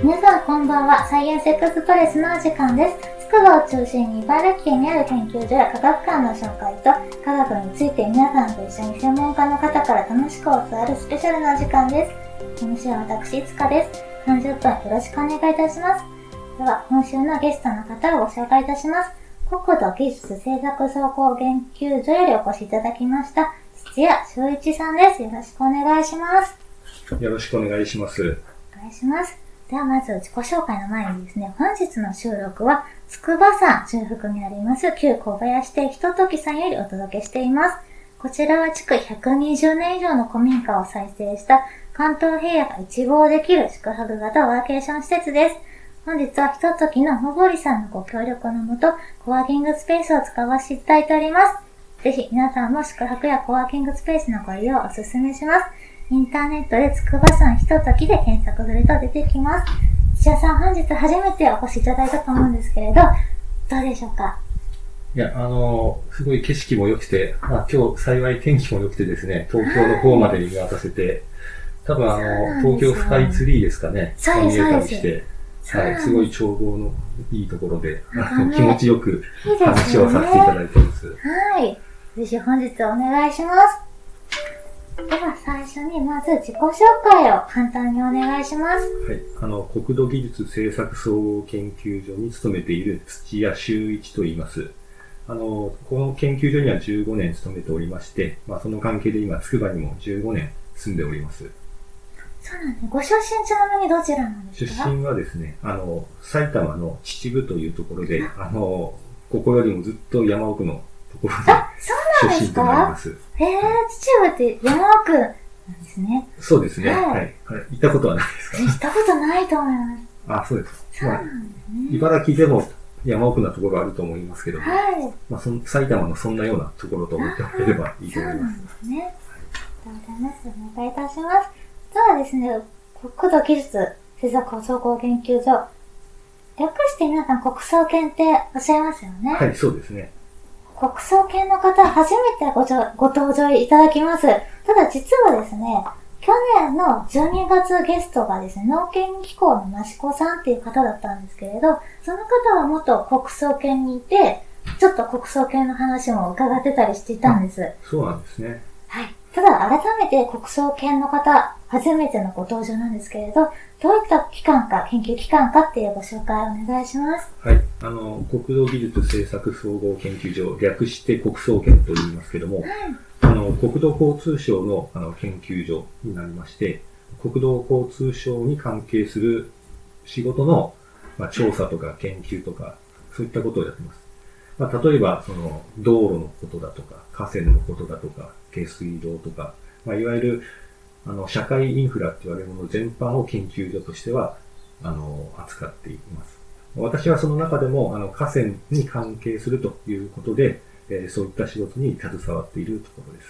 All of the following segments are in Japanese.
皆さんこんばんは。サイエンスエクスプレスのお時間です。つくばを中心に茨城県にある研究所や科学館の紹介と科学について皆さんと一緒に専門家の方から楽しく教わるスペシャルな時間です。MC は私、つかです。30分よろしくお願いいたします。では、今週のゲストの方をご紹介いたします。国土技術政策総合研究所よりお越しいただきました、土屋修一さんです。よろしくお願いします。 よろしくお願いします。 お願いします。ではまず自己紹介の前にですね、本日の収録は筑波山中腹にあります旧小林邸ひとときさんよりお届けしています。こちらは築120年以上の古民家を再生した関東平野が一望できる宿泊型ワーケーション施設です。本日はひとときののぼりさんのご協力のもと、コワーキングスペースを使わせていただいております。ぜひ皆さんも宿泊やコワーキングスペースのご利用をお勧めします。インターネットで筑波山ひとときで検索すると出てきます。土屋さん、本日初めてお越しいただいたと思うんですけれど、どうでしょうか？ いや、すごい景色も良くて、今日幸い天気も良くてですね、東京の方まで見渡せて、多分東京スカイツリーですかね、 そうです、 見えたりして、はい、すごい眺望のいいところで、気持ちよく話をさせていただいています。 はい。ぜひ本日お願いします。では最初にまず自己紹介を簡単にお願いします。 はい。国土技術政策総合研究所に勤めている土屋修一と言います。この研究所には15年勤めておりまして、その関係で今、筑波にも15年住んでおります。 そうなんですね。ご出身ちなみにどちらなんですか？ 出身はですね、埼玉の秩父というところで、ここよりもずっと山奥のところで出身となります。 秩父って山奥なんですね。 そうですね。はい。行ったことはないですか？ 行ったことないと思います。 あ、そうです。 そうなんですね。 茨城でも山奥なところあると思いますけども、 はい。 埼玉のそんなようなところと思ってもらえればいいと思います。 そうなんですね。ありがとうございます。お願いいたします。ではですね、国土技術政策総合研究所、略して皆さん国総研っておっしゃいますよね。 はい、そうですね。 国総研の方、初めてご登場いただきます。ただ実はですね、去年の12月ゲストがですね、農研機構の益子さんっていう方だったんですけれど、その方は元国総研にいて、ちょっと国総研の話も伺ってたりしていたんです。 そうなんですね。 はい。ただ改めて国総研の方、初めてのご登場なんですけれど、どういった機関か、研究機関かっていうご紹介をお願いします。 はい。国土技術政策総合研究所、略して国総研と言いますけども、国土交通省の研究所になりまして、国土交通省に関係する仕事の、調査とか研究とか、そういったことをやってます。例えば、道路のことだとか、河川のことだとか、下水道とか、いわゆる、社会インフラって言われるもの全般を研究所としては、扱っています。私はその中でも、河川に関係するということで、そういった仕事に携わっているところです。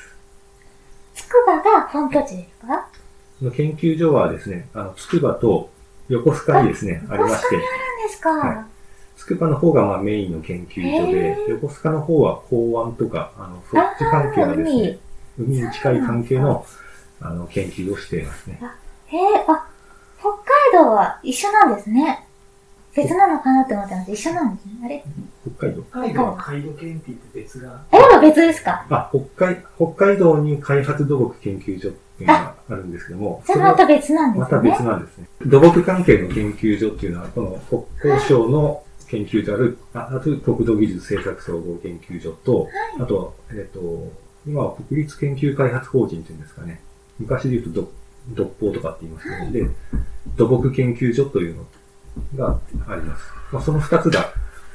筑波が本拠地ですか？ 研究所はですね、筑波と横須賀にですね、ありまして。 横須賀にあるんですか？ はい。筑波の方がメインの研究所で、横須賀の方は港湾とか、そっち関係のですね、海に近い関係の、研究をしていますね。 北海道は一緒なんですね。別なのかなって思ってます。一緒なんですね。あれ？ 北海道は海道研って言って別が。 別ですか？ 北海道に開発土木研究所っていうのがあるんですけども。 それまた別なんですね。 また別なんですね。土木関係の研究所っていうのは、この国交省の研究所あと国土技術政策総合研究所と、あと、今は国立研究開発法人っていうんですかね。昔で言うと独法とかって言いますけど、で、土木研究所というのがあります。その二つが、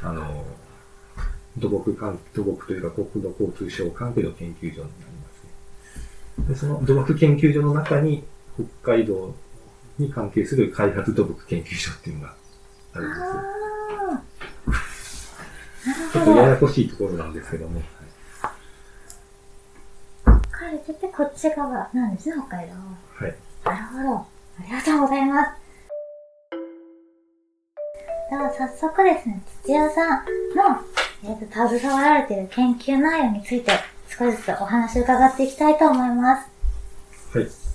土木というか国土交通省関係の研究所になりますね。で、その土木研究所の中に北海道に関係する開発土木研究所っていうのがあるんです。ちょっとややこしいところなんですけども。 書かれててこっち側なんですね、北海道は。 はい。 なるほど。ありがとうございます。では早速ですね、土屋さんの、携わられている研究内容について少しずつお話を伺っていきたいと思います。 はい。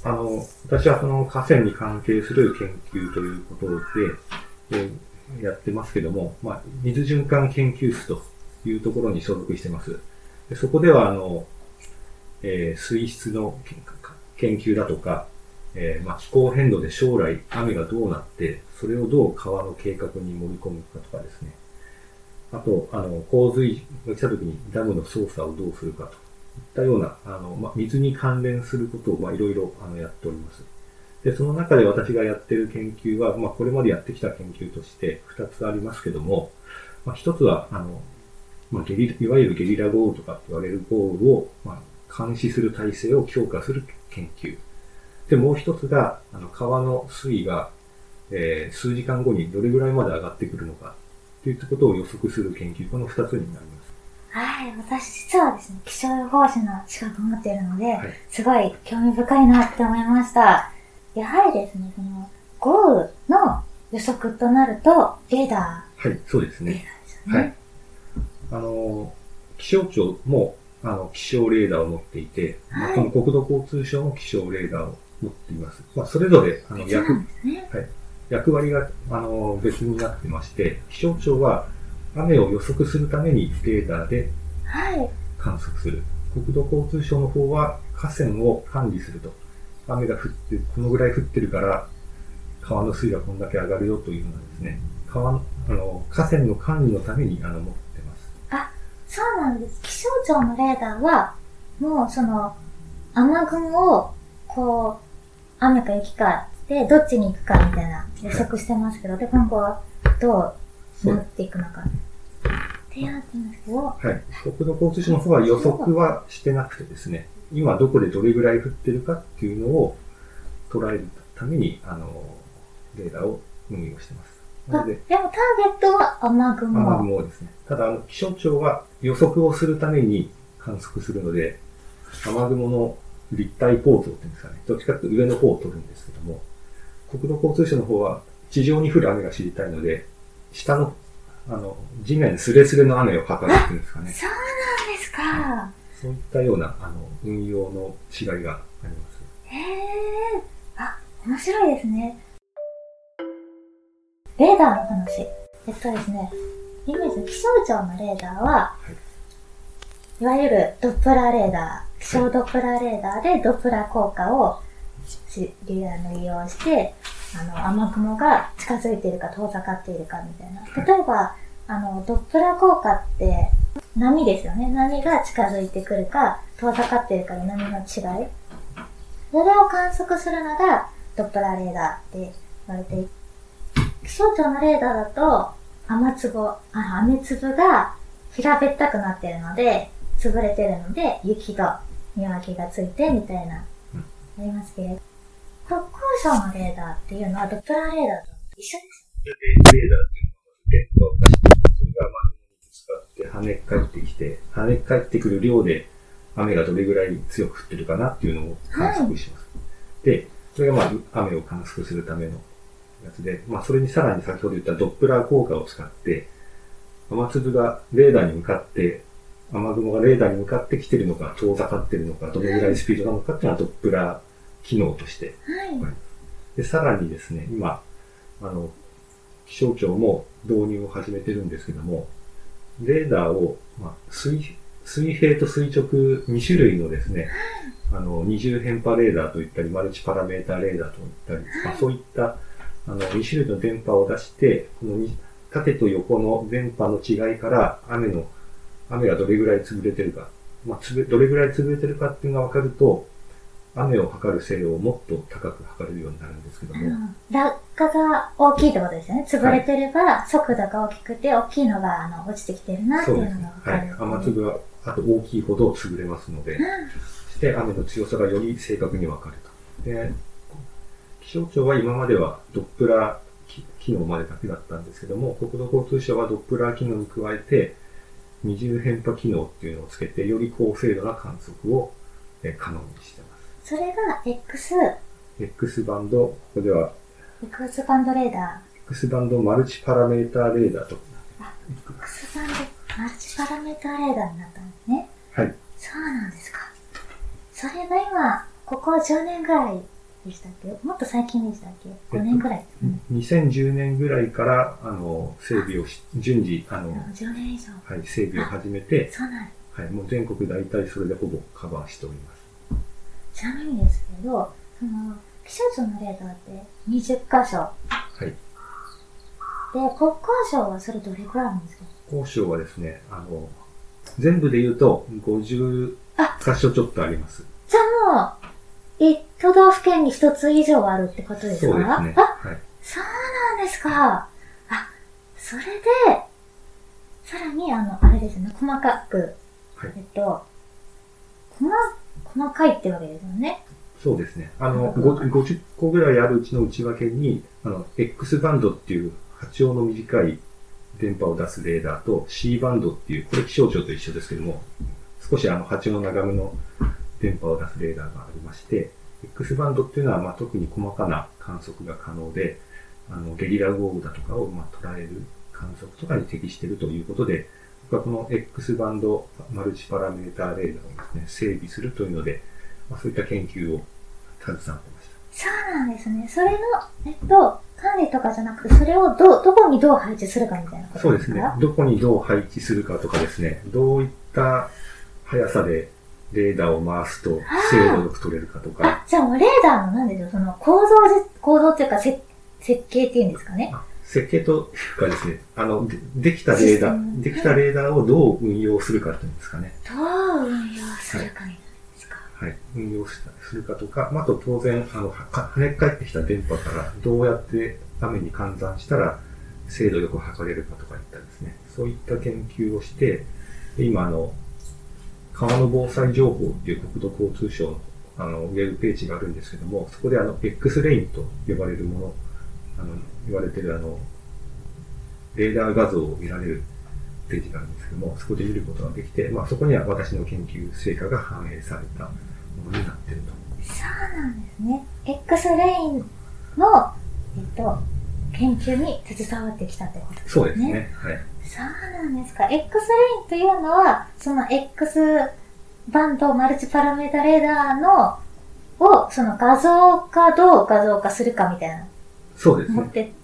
私はその河川に関係する研究ということで、やってますけども、水循環研究室というところに所属してます。でそこでは、水質の研究だとか、気候変動で将来雨がどうなって、それをどう川の計画に盛り込むかとかですね。あと、洪水が来た時にダムの操作をどうするかといったような、水に関連することをいろいろやっております。で、その中で私がやっている研究は、これまでやってきた研究として2つありますけども、1つは、いわゆるゲリラ豪雨とかって言われる豪雨を、監視する体制を強化する研究。で、もう一つが、川の水位が、数時間後にどれぐらいまで上がってくるのか、といったことを予測する研究。この二つになります。 はい。私実はですね、気象予報士の資格を持っているので、 はい、 すごい興味深いなって思いました。やはりですね、その、豪雨の予測となると、レーダー。はい、そうですね。 レーダーですよね。 はい。気象庁も、気象レーダーを持っていて、 はい、 この国土交通省も気象レーダーを持っています。それぞれ、役割が、別になってまして、気象庁は雨を予測するためにレーダーで観測する。国土交通省の方は河川を管理すると。雨が降って、このぐらい降ってるから、川の水位がこんだけ上がるよというようなですね、河川の管理のために持ってます。 あ、そうなんです。気象庁のレーダーは、もうその、雨雲を、雨か雪かで、どっちに行くかみたいな予測してますけど、で、今後はどうなっていくのかってやってますけど。 はい。国土交通省の方は予測はしてなくてですね、今どこでどれぐらい降ってるかっていうのを捉えるために、レーダーを運用してます。 でもターゲットは雨雲。 雨雲ですね。ただ、気象庁は予測をするために観測するので、雨雲の立体構造っていうんですかね。どっちかというと上の方を取るんですけども、国土交通省の方は地上に降る雨が知りたいので、下の、地面スレスレの雨を測るっていうんですかね。 そうなんですか。 そういったような、運用の違いがあります。 へー。あ、面白いですね。レーダーの話。ですね、イメージ、気象庁のレーダーは、いわゆるドップラーレーダー、気象ドップラーレーダーでドップラー効果を利用して、雨雲が近づいているか遠ざかっているかみたいな。例えば、ドップラー効果って、波ですよね。波が近づいてくるか、遠ざかっているかの波の違い。それを観測するのが、ドップラーレーダーって言われていて、気象庁のレーダーだと、雨粒が平べったくなっているので、潰れているので、雪と見分けがついてみたいな、ありますけれど、国交省のレーダーっていうのはドップラーレーダーと一緒です。 レーダーっていうのは電波を出して、それが雨雲にぶつかって跳ね返ってきて、跳ね返ってくる量で雨がどれぐらい強く降ってるかなっていうのを観測します。で、それが雨を観測するためのやつで、それにさらに先ほど言ったドップラー効果を使って、雨粒がレーダーに向かって、雨雲がレーダーに向かってきてるのか、遠ざかってるのか、どのぐらいスピードなのかっていうのはドップラー機能として。で、さらにですね、今、気象庁も導入を始めてるんですけども、レーダーを、水平と垂直2種類のですね、二重変波レーダーといったり、マルチパラメータレーダーといったり、そういった2種類の電波を出して、この縦と横の電波の違いから雨がどれぐらい潰れてるか、どれぐらい潰れてるかっていうのが分かると、雨を測る精度をもっと高く測れるようになるんですけども。 落下が大きいってことですよね。潰れてれば、速度が大きくて、大きいのが落ちてきてるなっていうのが分かる。 はい。雨粒があと大きいほど潰れますので、そして雨の強さがより正確に分かると。で、気象庁は今まではドップラー機能までだけだったんですけども、国土交通省はドップラー機能に加えて、二重変波機能っていうのをつけて、より高精度な観測を可能にしています。 それが X バンド、ここでは X バンドレーダー。X バンドマルチパラメータレーダーと。 X バンドマルチパラメータレーダーになったんですね。 はい。 そうなんですか。それが今、ここ10年ぐらいでしたっけ？もっと最近でしたっけ？5年ぐらいですかね。 2010年ぐらいから、整備を順次、 10年以上。 はい、整備を始めて、 そうなんです。 はい、もう全国大体それでほぼカバーしております。 ちなみにですけど、気象庁のレーダーって20箇所。 はい。 で、国交省はそれどれくらいあるんですか？ 国交省はですね、全部で言うと50箇所ちょっとあります。 じゃあもう、都道府県に1つ以上あるってことですか？ そうですね。 あ、 はい。 そうなんですか。あ、それで、さらにあれですね、細かく、 はい、 細かいってわけですよね。 そうですね。50個ぐらいあるうちの内訳に、X バンドっていう波長の短い電波を出すレーダーと C バンドっていう、これ気象庁と一緒ですけども、少し波長の長めの電波を出すレーダーがありまして、X バンドっていうのは、特に細かな観測が可能で、ゲリラ豪雨だとかを、捉える観測とかに適しているということで、僕はこの X バンドマルチパラメーターレーダーをですね、整備するというので、そういった研究を携わってました。そうなんですね。それの、管理とかじゃなくて、それをどこにどう配置するかみたいなことですか？ そうですね。どこにどう配置するかとかですね、どういった速さでレーダーを回すと精度よく取れるかとか。 じゃあもうレーダーのなんでしょう、その構造っていうか設計っていうんですかね。 設計というかですね、できたレーダーをどう運用するかっていうんですかね。 どう運用するかみたいな。 はい、運用するかとか、あと当然、跳ね返ってきた電波からどうやって雨に換算したら精度よく測れるかとかいったですね、そういった研究をして、今川の防災情報っていう国土交通省のウェブページがあるんですけども、そこでX レインと呼ばれるもの、言われてるレーダー画像を見られるページがあるんですけども、そこで見ることができて、そこには私の研究成果が反映されたものになっていると。 そうなんですね。X レインの、研究に携わってきたってことですね。 そうですね。はい。 そうなんですか。X レインというのは、その X バンドマルチパラメータレーダーを、その画像化どう画像化するかみたいな。 そうですね。 持ってって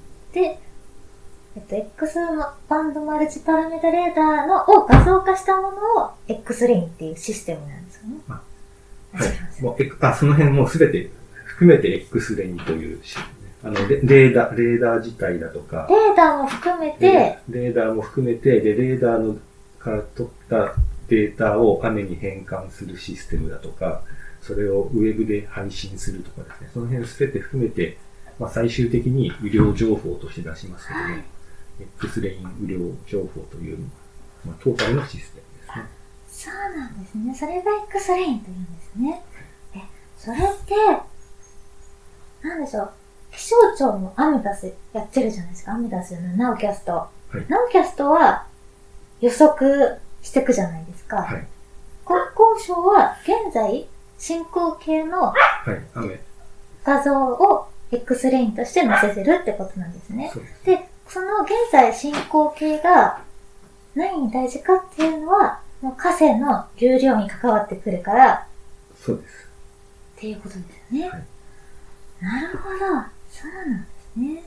、X バンドマルチパラメータレーダーを画像化したものを X レインっていうシステムなんですよね。 はい。もう、その辺もすべて含めて X レインというシステム。レーダー自体だとか。 レーダーも含めて、 レーダーも含めて、で、レーダーのから取ったデータを雨に変換するシステムだとか、それをウェブで配信するとかですね。その辺すべて含めて、最終的に雨量情報として出しますけども、X レイン雨量情報という、トータルのシステムですね。 そうなんですね。それが X レインというんですね。それって、なんでしょう。気象庁もアメダスやってるじゃないですか。アメダスのナウキャスト。ナウキャストは予測していくじゃないですか。 はい、 国交省は現在進行形の画像を X レインとして載せてるってことなんですね。で、その現在進行形が何に大事かっていうのは、もう河川の流量に関わってくるから、 そうです。 っていうことですよね。はい、なるほど。そうなんですね。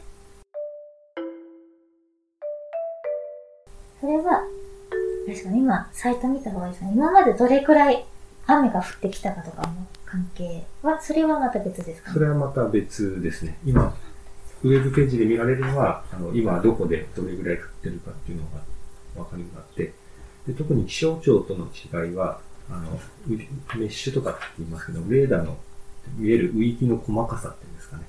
それは、確かに今、サイト見た方がいいですね。今までどれくらい雨が降ってきたかとかの関係は、それはまた別ですかね？ それはまた別ですね。今、ウェブページで見られるのは、今どこでどれぐらい降ってるかっていうのがわかるようになって、で特に気象庁との違いは、メッシュとかって言いますけど、レーダーの見える域域の細かさっていうんですかね。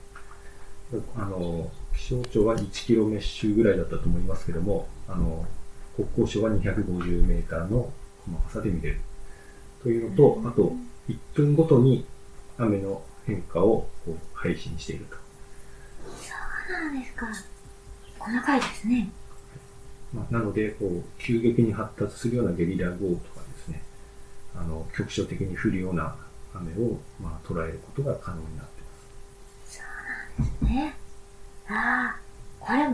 気象庁は1キロメッシュぐらいだったと思いますけども、国交省は250メーターの細かさで見れる。というのと、あと、1分ごとに雨の変化を配信していると。 そうなんですか。細かいですね。 なので、急激に発達するようなゲリラ豪雨とかですね、局所的に降るような雨を、捉えることが可能になっています。 そうなんですね。これって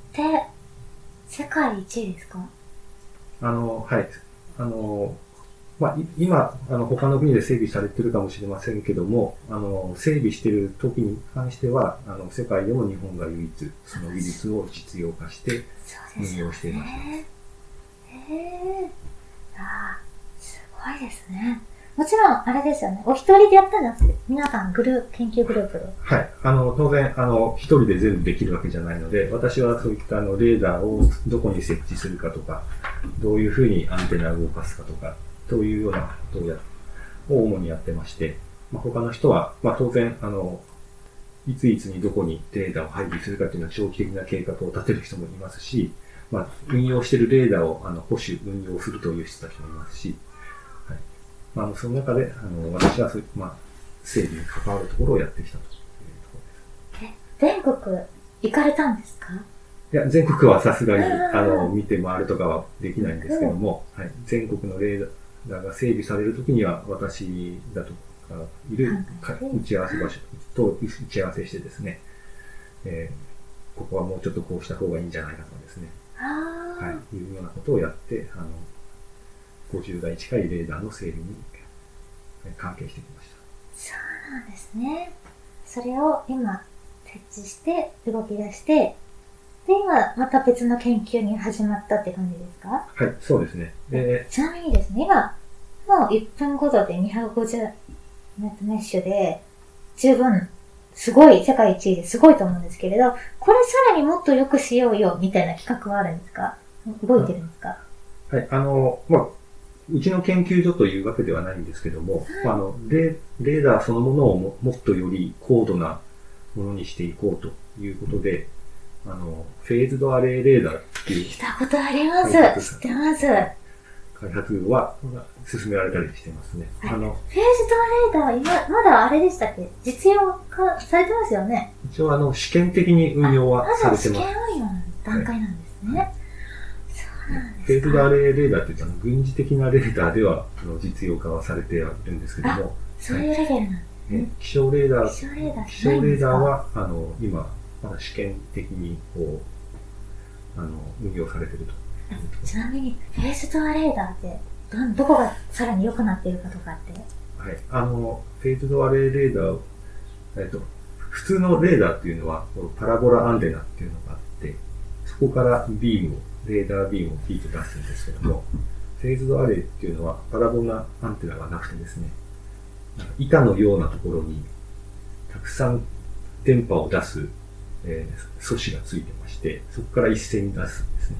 、世界一位ですか？ はい。 今、他の国で整備されてるかもしれませんけども、整備している時に関しては、世界でも日本が唯一、その技術を実用化して運用していました。 へえ。ああ、すごいですね。もちろん、あれですよね。お一人でやったんじゃなくて、皆さん研究グループで。 はい。当然、一人で全部できるわけじゃないので、私はそういったレーダーをどこに設置するかとか、どういうふうにアンテナを動かすかとか、というようなことを主にやってまして、他の人は、当然、いついつにどこにレーダーを配備するかというのは長期的な計画を立てる人もいますし、運用しているレーダーを保守、運用するという人たちもいますし、はい。その中で、私は整備に関わるところをやってきたというところです。 全国行かれたんですか？ いや、全国はさすがに、見て回るとかはできないんですけども、はい。全国のレーダーが整備されるときには、私だとかいる打ち合わせ場所と打ち合わせしてですね、ここはもうちょっとこうした方がいいんじゃないかとかですね、はい。いうようなことをやって、50台近いレーダーの整備に関係してきました。 そうなんですね。それを今、設置して、動き出して、で、今、また別の研究に始まったって感じですか？ はい、そうですね。 ちなみにですね、今、もう1分ごとで250メッシュで、十分、すごい、世界一位ですごいと思うんですけれど、これさらにもっと良くしようよ、みたいな企画はあるんですか？動いてるんですか？ はい、うちの研究所というわけではないんですけども、レーダーそのものをもっとより高度なものにしていこうということで、フェーズドアレイレーダーっていう。 聞いたことあります。知ってます。 開発は進められたりしてますね。 フェーズドアレーダー、まだあれでしたっけ？実用化されてますよね？ 一応試験的に運用はされてます。 まだ試験運用の段階なんですね。はい、そうなんですか。 フェーズドアレイレーダーって言ったら軍事的なレーダーでは実用化はされてはいるんですけども。 そういうレベルなんですね。 気象レーダーは、今、まだ試験的に運用されていると。 ちなみに、フェーズドアレーダーって、どこがさらに良くなっているかとかって？ はい。フェーズドアレイレーダー、普通のレーダーっていうのは、パラボラアンテナっていうのがあって、そこからレーダービームをピーと出すんですけども、フェーズドアレイっていうのは、パラボラアンテナがなくてですね、板のようなところに、たくさん電波を出す、素子がついてまして、そこから一斉に出すんですね。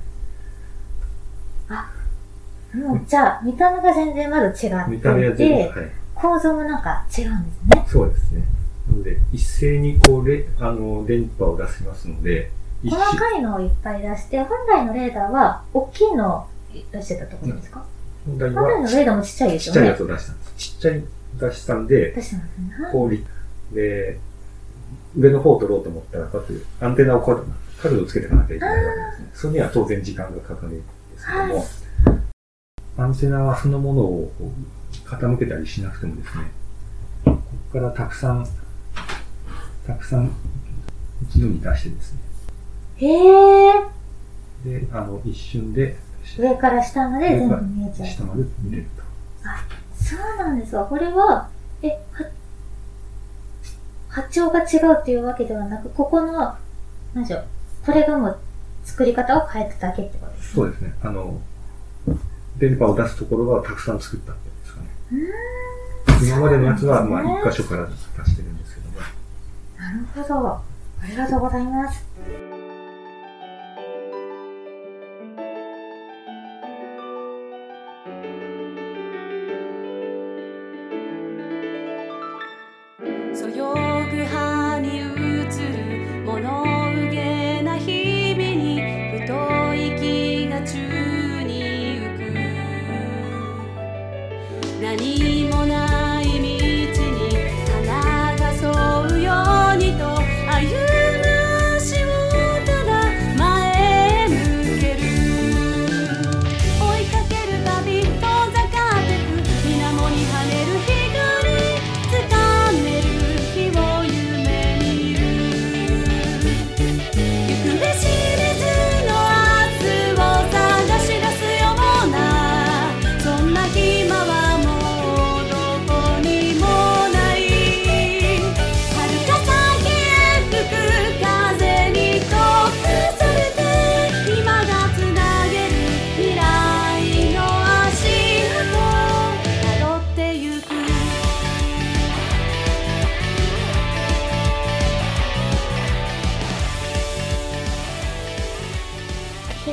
もう、じゃあ、見た目が全然まだ違っていて、 見た目は全然、はい、 構造もなんか違うんですね。 そうですね。なので、一斉に電波を出しますので、 細かいのをいっぱい出して、本来のレーダーは、大きいのを出してたところですか？本来のレーダーもちっちゃいですよね。 ちっちゃいやつを出したんです。ちっちゃい出したんで、で、上の方を取ろうと思ったら、アンテナを角度をつけていかなきゃいけないわけですね。それには当然時間がかかるんですけども、アンテナはそのものを傾けたりしなくてもですね、ここからたくさん一度に出してですね。で、一瞬で、 上から下まで全部見えちゃう。 下まで見れると。 そうなんですか。これは、波長が違うっていうわけではなく、ここの、何でしょう、これがもう作り方を変えただけってことですね。 そうですね。電波を出すところはたくさん作ったっていうんですかね。今までのやつは、一箇所から出してるんですけども。 なるほど。ありがとうございます。 そよぐ葉に映る物憂げな日々にふと息が宙に浮く何もない道に花が添うようにと歩む足を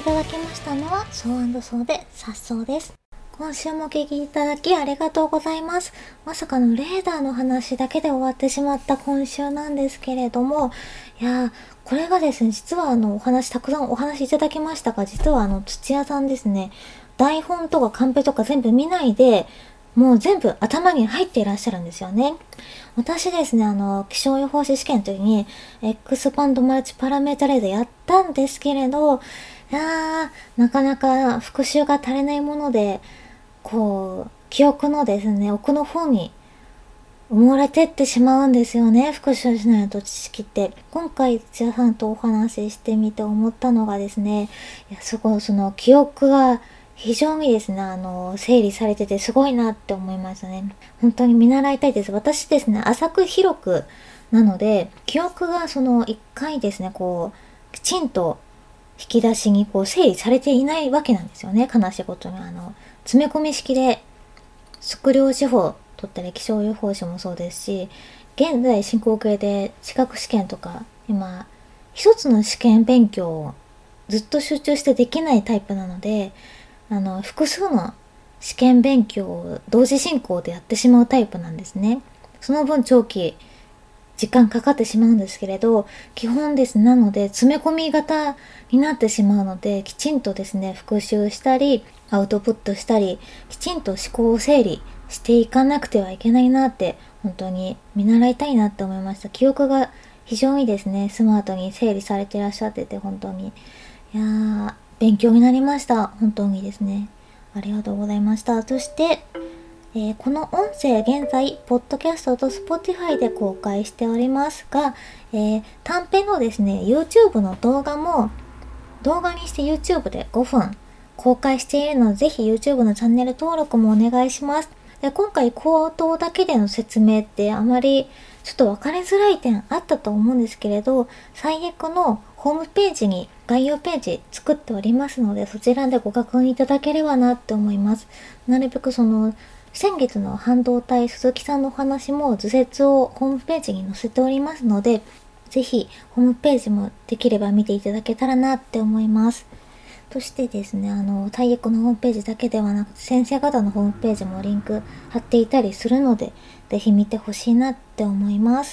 いただきましたのはそうそうでさっそうです。今週もお聞きいただきありがとうございます。まさかのレーダーの話だけで終わってしまった今週なんですけれども、いやー、これがですね、実はたくさんお話いただきましたが、実は土屋さんですね、台本とかカンペとか全部見ないで、もう全部頭に入っていらっしゃるんですよね。私ですね、気象予報士試験の時に、エクスパンドマルチパラメータレーダーやったんですけれど、なかなか復習が足りないもので、記憶のですね、奥の方に埋もれてってしまうんですよね、復習しないと知識って。今回、土屋さんとお話ししてみて思ったのがですね、すごい記憶が非常にですね、整理されててすごいなって思いましたね。本当に見習いたいです。私ですね、浅く広くなので、記憶が一回ですね、きちんと引き出しに整理されていないわけなんですよね。悲しいことに詰め込み式で測量司法取ったり気象予報士もそうですし、現在進行形で資格試験とか今一つの試験勉強をずっと集中してできないタイプなので、複数の試験勉強を同時進行でやってしまうタイプなんですね。その分長期時間かかってしまうんですけれど、基本ですね、なので詰め込み型になってしまうので、きちんとですね、復習したりアウトプットしたり、きちんと思考を整理していかなくてはいけないなって、本当に見習いたいなって思いました。記憶が非常にですね、スマートに整理されていらっしゃってて、本当に勉強になりました。本当にですね、ありがとうございました。そしてこの音声現在ポッドキャストと Spotify で公開しておりますが、短編のですね YouTube の動画も動画にして YouTube で5分公開しているので、ぜひ YouTube のチャンネル登録もお願いします。で、今回口頭だけでの説明ってあまりちょっと分かりづらい点あったと思うんですけれど、最悪のホームページに概要ページ作っておりますので、そちらでご確認いただければなって思います。なるべく先月の半導体鈴木さんのお話も図説をホームページに載せておりますので、ぜひホームページもできれば見ていただけたらなって思います。そしてですね、体育のホームページだけではなくて、先生方のホームページもリンク貼っていたりするので、ぜひ見てほしいなって思います。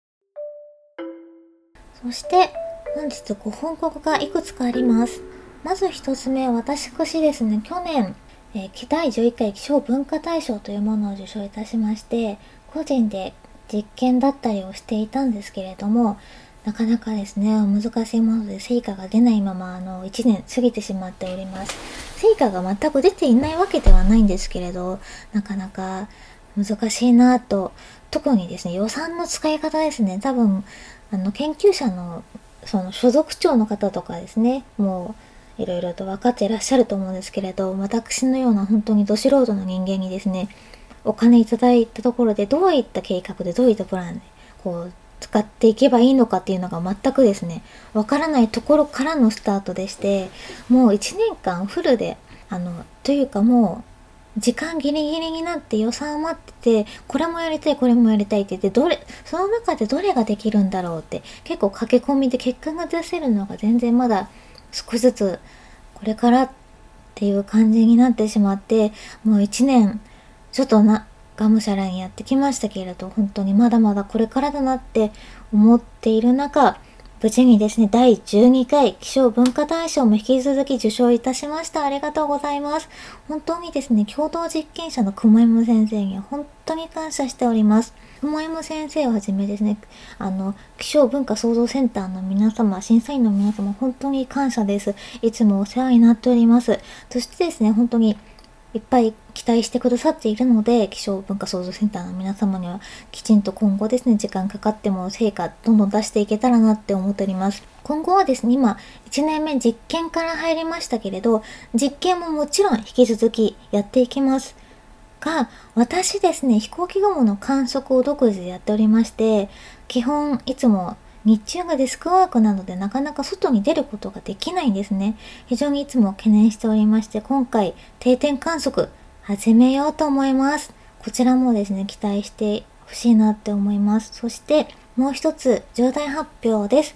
そして本日ご報告がいくつかあります。まず一つ目、私ですね、去年第11回気象文化大賞というものを受賞いたしまして、個人で実験だったりをしていたんですけれども、なかなかですね、難しいもので成果が出ないまま1年過ぎてしまっております。成果が全く出ていないわけではないんですけれど、なかなか難しいなと、特にですね、予算の使い方ですね、多分研究者の所属長の方とかですね、もういろいろと分かっていらっしゃると思うんですけれど、私のような本当にど素人の人間にですね、お金いただいたところでどういった計画でどういったプランで使っていけばいいのかっていうのが全くですね、分からないところからのスタートでして、もう1年間フルでというかもう時間ギリギリになって予算余ってて、これもやりたいこれもやりたいって言って、その中でどれができるんだろうって、結構駆け込みで結果が出せるのが全然まだ少しずつこれからっていう感じになってしまって、もう1年ちょっとがむしゃらにやってきましたけれど、本当にまだまだこれからだなって思っている中、無事にですね、第12回気象文化大賞も引き続き受賞いたしました。ありがとうございます。本当にですね、共同実験者の雲山先生には本当に感謝しております。雲山先生をはじめですね、気象文化創造センターの皆様、審査員の皆様、本当に感謝です。いつもお世話になっております。そしてですね、本当にいっぱい期待してくださっているので、気象文化創造センターの皆様にはきちんと今後ですね、時間かかっても成果どんどん出していけたらなって思っております。今後はですね、今1年目実験から入りましたけれど、実験ももちろん引き続きやっていきますが、私ですね、飛行機雲の観測を独自でやっておりまして、基本いつも日中がデスクワークなのでなかなか外に出ることができないんですね。非常にいつも懸念しておりまして、今回定点観測始めようと思います。こちらもですね、期待してほしいなって思います。そしてもう一つ重大発表です。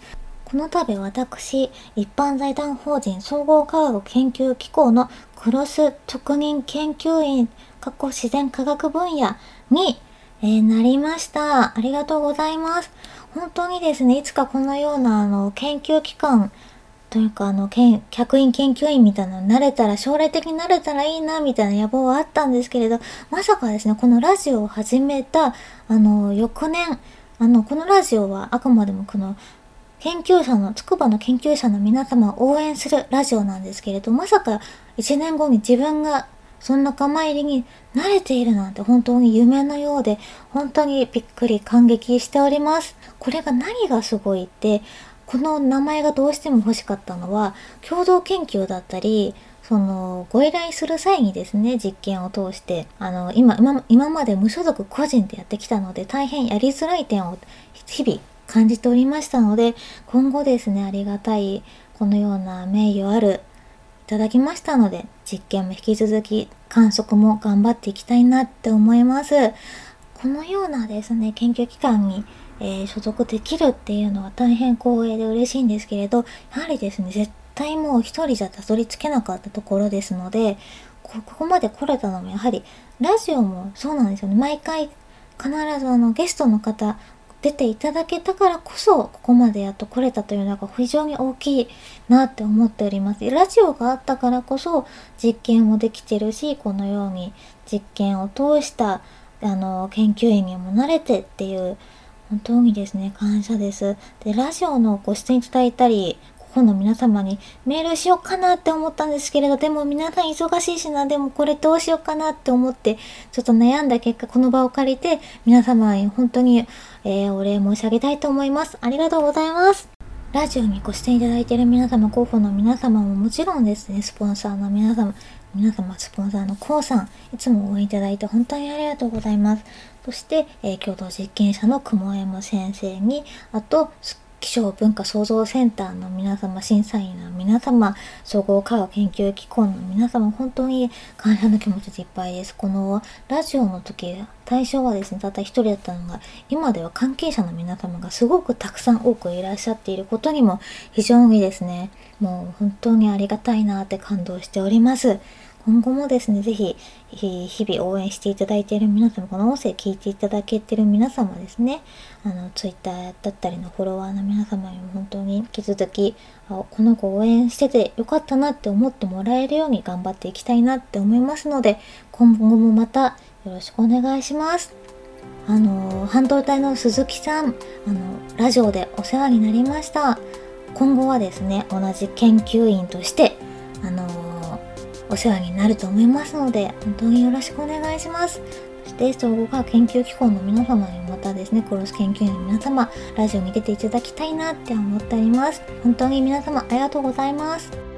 この度私、一般財団法人総合科学研究機構のクロス特任研究員自然科学分野に、なりました。ありがとうございます。本当にですね、いつかこのような研究機関というか客員研究員みたいなのになれたら、将来的になれたらいいなみたいな野望はあったんですけれど、まさかですね、このラジオを始めた翌年、このラジオはあくまでも筑波の研究者の皆様を応援するラジオなんですけれど、まさか1年後に自分がそんな仲間入りに慣れているなんて本当に夢のようで、本当にびっくり感激しております。これが何がすごいって、この名前がどうしても欲しかったのは、共同研究だったり、ご依頼する際にですね、実験を通して、今まで無所属個人でやってきたので、大変やりづらい点を日々感じておりましたので、今後ですね、ありがたい、このような名誉ある、いただきましたので、実験も引き続き、観測も頑張っていきたいなって思います。このようなですね、研究機関に、所属できるっていうのは大変光栄で嬉しいんですけれど、やはりですね、絶対もう一人じゃたどり着けなかったところですので、ここまで来れたのもやはり、ラジオもそうなんですよね。毎回必ずゲストの方出ていただけたからこそ、ここまでやっと来れたというのが非常に大きいなって思っております。ラジオがあったからこそ実験もできてるし、このように実験を通した研究員にもなれてっていう、本当にですね、感謝です。で、ラジオのご出演いただいたり、ここの皆様にメールしようかなって思ったんですけれど、でも皆さん忙しいしな、でもこれどうしようかなって思って、ちょっと悩んだ結果、この場を借りて、皆様に本当に、お礼申し上げたいと思います。ありがとうございます。ラジオにご出演いただいている皆様、候補の皆様ももちろんですね、スポンサーの皆様、スポンサーのコウさん、いつも応援いただいて本当にありがとうございます。そして、共同実験者の雲 M 先生に、あと、気象文化創造センターの皆様、審査員の皆様、総合科学研究機構の皆様、本当に感謝の気持ちでいっぱいです。このラジオの時、対象はですね、たった一人だったのが、今では関係者の皆様がすごくたくさん多くいらっしゃっていることにも非常にですね、もう本当にありがたいなって感動しております。今後もですね、ぜひ、日々応援していただいている皆様、この音声聞いていただけている皆様ですね、ツイッターだったりのフォロワーの皆様にも本当に引き続き、この子応援しててよかったなって思ってもらえるように頑張っていきたいなって思いますので、今後もまたよろしくお願いします。半導体の鈴木さん、ラジオでお世話になりました。今後はですね、同じ研究員として、お世話になると思いますので、本当によろしくお願いします。そして総合科学研究機構の皆様にまたですね、クロス研究員の皆様、ラジオに出ていただきたいなって思っております。本当に皆様ありがとうございます。